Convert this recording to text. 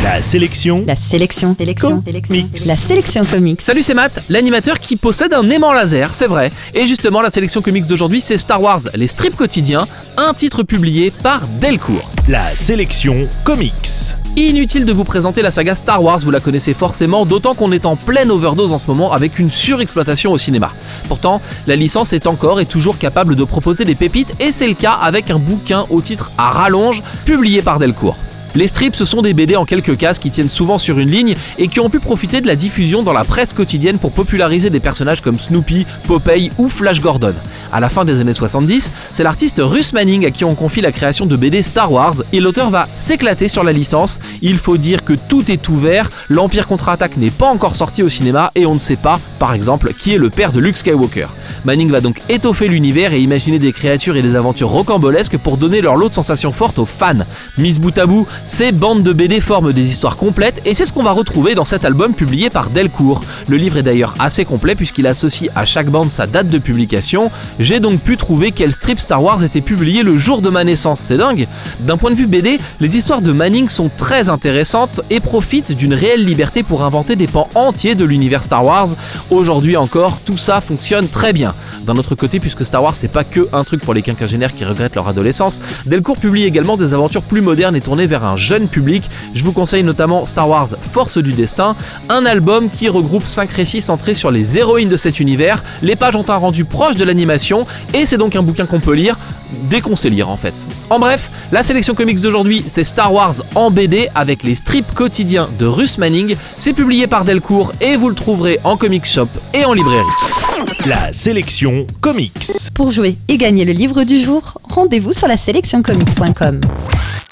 La sélection. Comics. La sélection comics. Salut, c'est Matt, l'animateur qui possède un aimant laser, c'est vrai. Et justement, la sélection comics d'aujourd'hui, c'est Star Wars, les strips quotidiens, un titre publié par Delcourt. La sélection comics. Inutile de vous présenter la saga Star Wars, vous la connaissez forcément, d'autant qu'on est en pleine overdose en ce moment avec une surexploitation au cinéma. Pourtant, la licence est encore et toujours capable de proposer des pépites, et c'est le cas avec un bouquin au titre à rallonge, publié par Delcourt. Les strips, ce sont des BD en quelques cases qui tiennent souvent sur une ligne et qui ont pu profiter de la diffusion dans la presse quotidienne pour populariser des personnages comme Snoopy, Popeye ou Flash Gordon. À la fin des années 70, c'est l'artiste Russ Manning à qui on confie la création de BD Star Wars et l'auteur va s'éclater sur la licence. Il faut dire que tout est ouvert, l'Empire contre-attaque n'est pas encore sorti au cinéma et on ne sait pas, par exemple, qui est le père de Luke Skywalker. Manning va donc étoffer l'univers et imaginer des créatures et des aventures rocambolesques pour donner leur lot de sensations fortes aux fans. Mise bout à bout, ces bandes de BD forment des histoires complètes et c'est ce qu'on va retrouver dans cet album publié par Delcourt. Le livre est d'ailleurs assez complet puisqu'il associe à chaque bande sa date de publication. J'ai donc pu trouver quel strip Star Wars était publié le jour de ma naissance, c'est dingue. D'un point de vue BD, les histoires de Manning sont très intéressantes et profitent d'une réelle liberté pour inventer des pans entiers de l'univers Star Wars. Aujourd'hui encore, tout ça fonctionne très bien. D'un autre côté, puisque Star Wars c'est pas que un truc pour les quinquagénaires qui regrettent leur adolescence, Delcourt publie également des aventures plus modernes et tournées vers un jeune public. Je vous conseille notamment Star Wars Force du Destin, un album qui regroupe 5 récits centrés sur les héroïnes de cet univers. Les pages ont un rendu proche de l'animation et c'est donc un bouquin qu'on peut lire dès qu'on sait lire en fait. En bref, la sélection comics d'aujourd'hui c'est Star Wars en BD avec les strips quotidiens de Russ Manning. C'est publié par Delcourt et vous le trouverez en comic shop et en librairie. La sélection comics. Pour jouer et gagner le livre du jour, rendez-vous sur la sélectioncomics.com.